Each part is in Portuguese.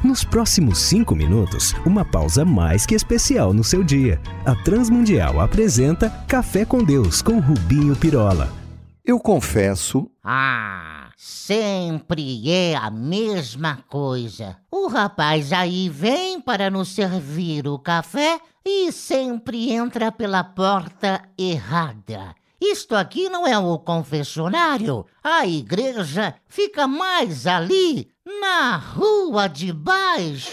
Nos próximos 5 minutos, uma pausa mais que especial no seu dia. A Transmundial apresenta Café com Deus com Rubinho Pirola. Eu confesso... Sempre é a mesma coisa. O rapaz aí vem para nos servir o café e sempre entra pela porta errada. Isto aqui não é o confessionário. A igreja fica mais ali, na rua de baixo.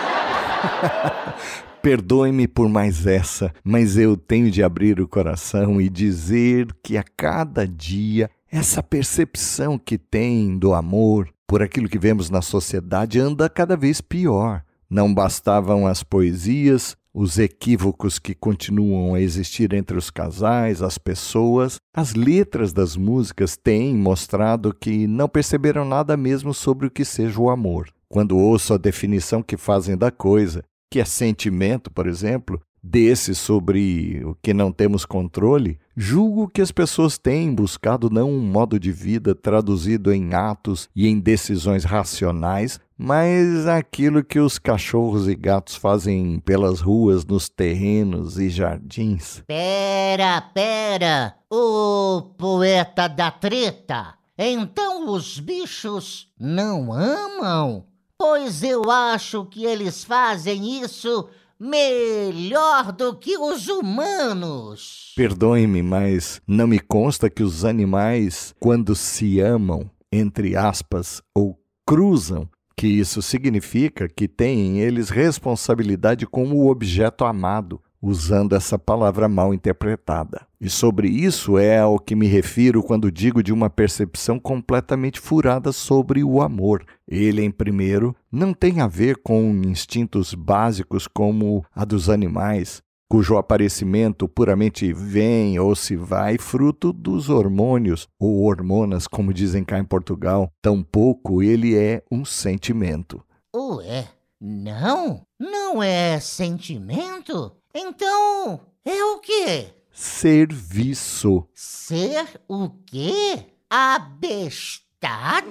Perdoe-me por mais essa, mas eu tenho de abrir o coração e dizer que a cada dia essa percepção que tem do amor por aquilo que vemos na sociedade anda cada vez pior. Não bastavam as poesias, os equívocos que continuam a existir entre os casais, as pessoas. As letras das músicas têm mostrado que não perceberam nada mesmo sobre o que seja o amor. Quando ouço a definição que fazem da coisa, que é sentimento, por exemplo, desse sobre o que não temos controle, julgo que as pessoas têm buscado não um modo de vida traduzido em atos e em decisões racionais, mas aquilo que os cachorros e gatos fazem pelas ruas, nos terrenos e jardins. Pera, ô poeta da treta, então os bichos não amam? Pois eu acho que eles fazem isso melhor do que os humanos. Perdoe-me, mas não me consta que os animais, quando se amam, entre aspas, ou cruzam, que isso significa que têm eles responsabilidade com o objeto amado, usando essa palavra mal interpretada. E sobre isso é ao que me refiro quando digo de uma percepção completamente furada sobre o amor. Ele, em primeiro, não tem a ver com instintos básicos como a dos animais, cujo aparecimento puramente vem ou se vai fruto dos hormônios, ou hormonas, como dizem cá em Portugal. Tampouco ele é um sentimento. Ué, não é sentimento? Então, é o quê? Serviço. Ser o quê? Abestado?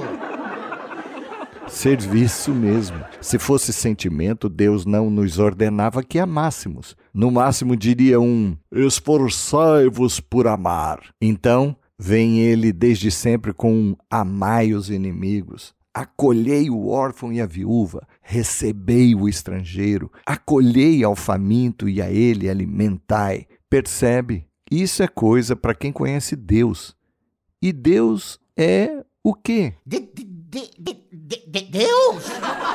Serviço mesmo. Se fosse sentimento, Deus não nos ordenava que amássemos. No máximo diria esforçai-vos por amar. Então, vem ele desde sempre com amai os inimigos. Acolhei o órfão e a viúva, recebei o estrangeiro, acolhei ao faminto e a ele alimentai. Percebe? Isso é coisa para quem conhece Deus. E Deus é o quê? Deus?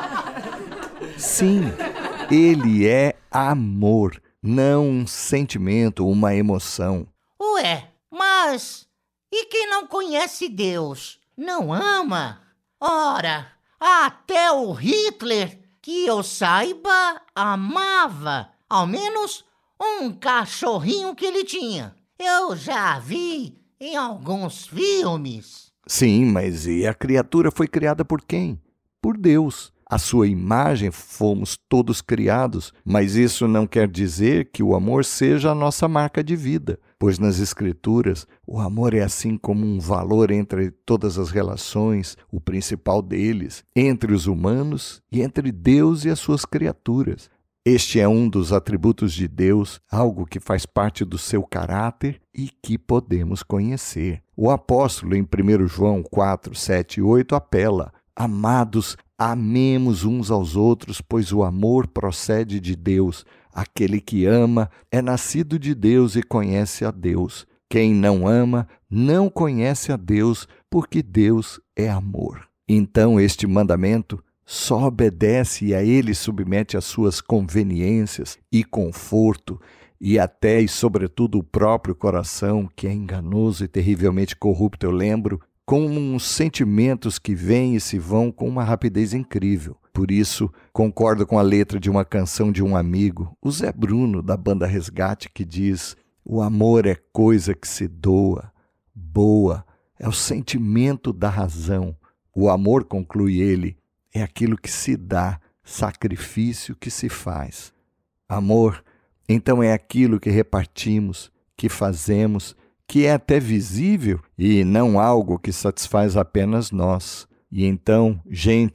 Sim, ele é amor, não um sentimento, uma emoção. Ué, mas e quem não conhece Deus, não ama? Ora, até o Hitler, que eu saiba, amava, ao menos um cachorrinho que ele tinha. Eu já vi em alguns filmes. Sim, mas e a criatura foi criada por quem? Por Deus. À sua imagem fomos todos criados, mas isso não quer dizer que o amor seja a nossa marca de vida, pois nas Escrituras o amor é assim como um valor entre todas as relações, o principal deles, entre os humanos e entre Deus e as suas criaturas. Este é um dos atributos de Deus, algo que faz parte do seu caráter e que podemos conhecer. O apóstolo em 1 João 4, 7 e 8 apela: amados, amemos uns aos outros, pois o amor procede de Deus. Aquele que ama é nascido de Deus e conhece a Deus. Quem não ama não conhece a Deus, porque Deus é amor. Então este mandamento só obedece e a ele submete as suas conveniências e conforto, e até e sobretudo o próprio coração, que é enganoso e terrivelmente corrupto, eu lembro, com uns sentimentos que vêm e se vão com uma rapidez incrível. Por isso, concordo com a letra de uma canção de um amigo, o Zé Bruno, da banda Resgate, que diz: o amor é coisa que se doa, boa, é o sentimento da razão. O amor, conclui ele, é aquilo que se dá, sacrifício que se faz. Amor, então, é aquilo que repartimos, que fazemos, que é até visível e não algo que satisfaz apenas nós. E então, gente,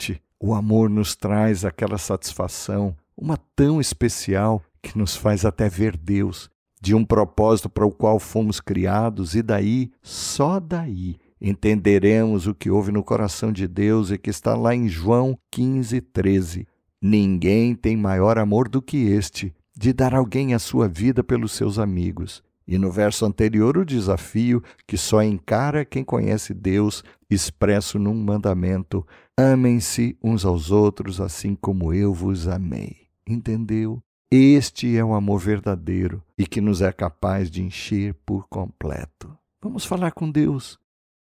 O amor nos traz aquela satisfação, uma tão especial que nos faz até ver Deus, de um propósito para o qual fomos criados, e daí, só daí, entenderemos o que houve no coração de Deus e que está lá em João 15:13. Ninguém tem maior amor do que este, de dar alguém a sua vida pelos seus amigos. E no verso anterior, o desafio que só encara quem conhece Deus, expresso num mandamento: amem-se uns aos outros assim como eu vos amei. Entendeu? Este é o amor verdadeiro e que nos é capaz de encher por completo. Vamos falar com Deus.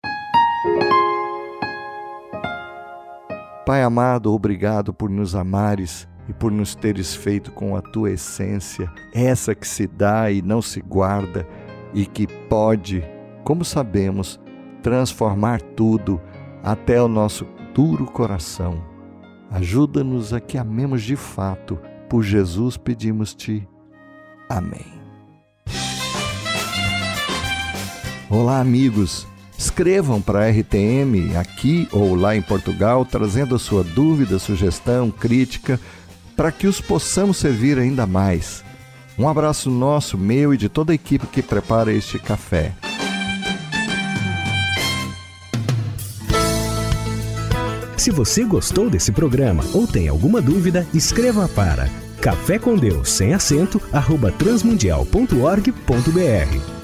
Pai amado, obrigado por nos amares e por nos teres feito com a tua essência, essa que se dá e não se guarda e que pode, como sabemos, transformar tudo, até o nosso duro coração. Ajuda-nos a que amemos de fato. Por Jesus pedimos-te. Amém. Olá, amigos. Escrevam para a RTM aqui ou lá em Portugal, trazendo a sua dúvida, sugestão, crítica, para que os possamos servir ainda mais. Um abraço nosso, meu e de toda a equipe que prepara este café. Se você gostou desse programa ou tem alguma dúvida, escreva para cafécomdeus sem acento @transmundial.org.br.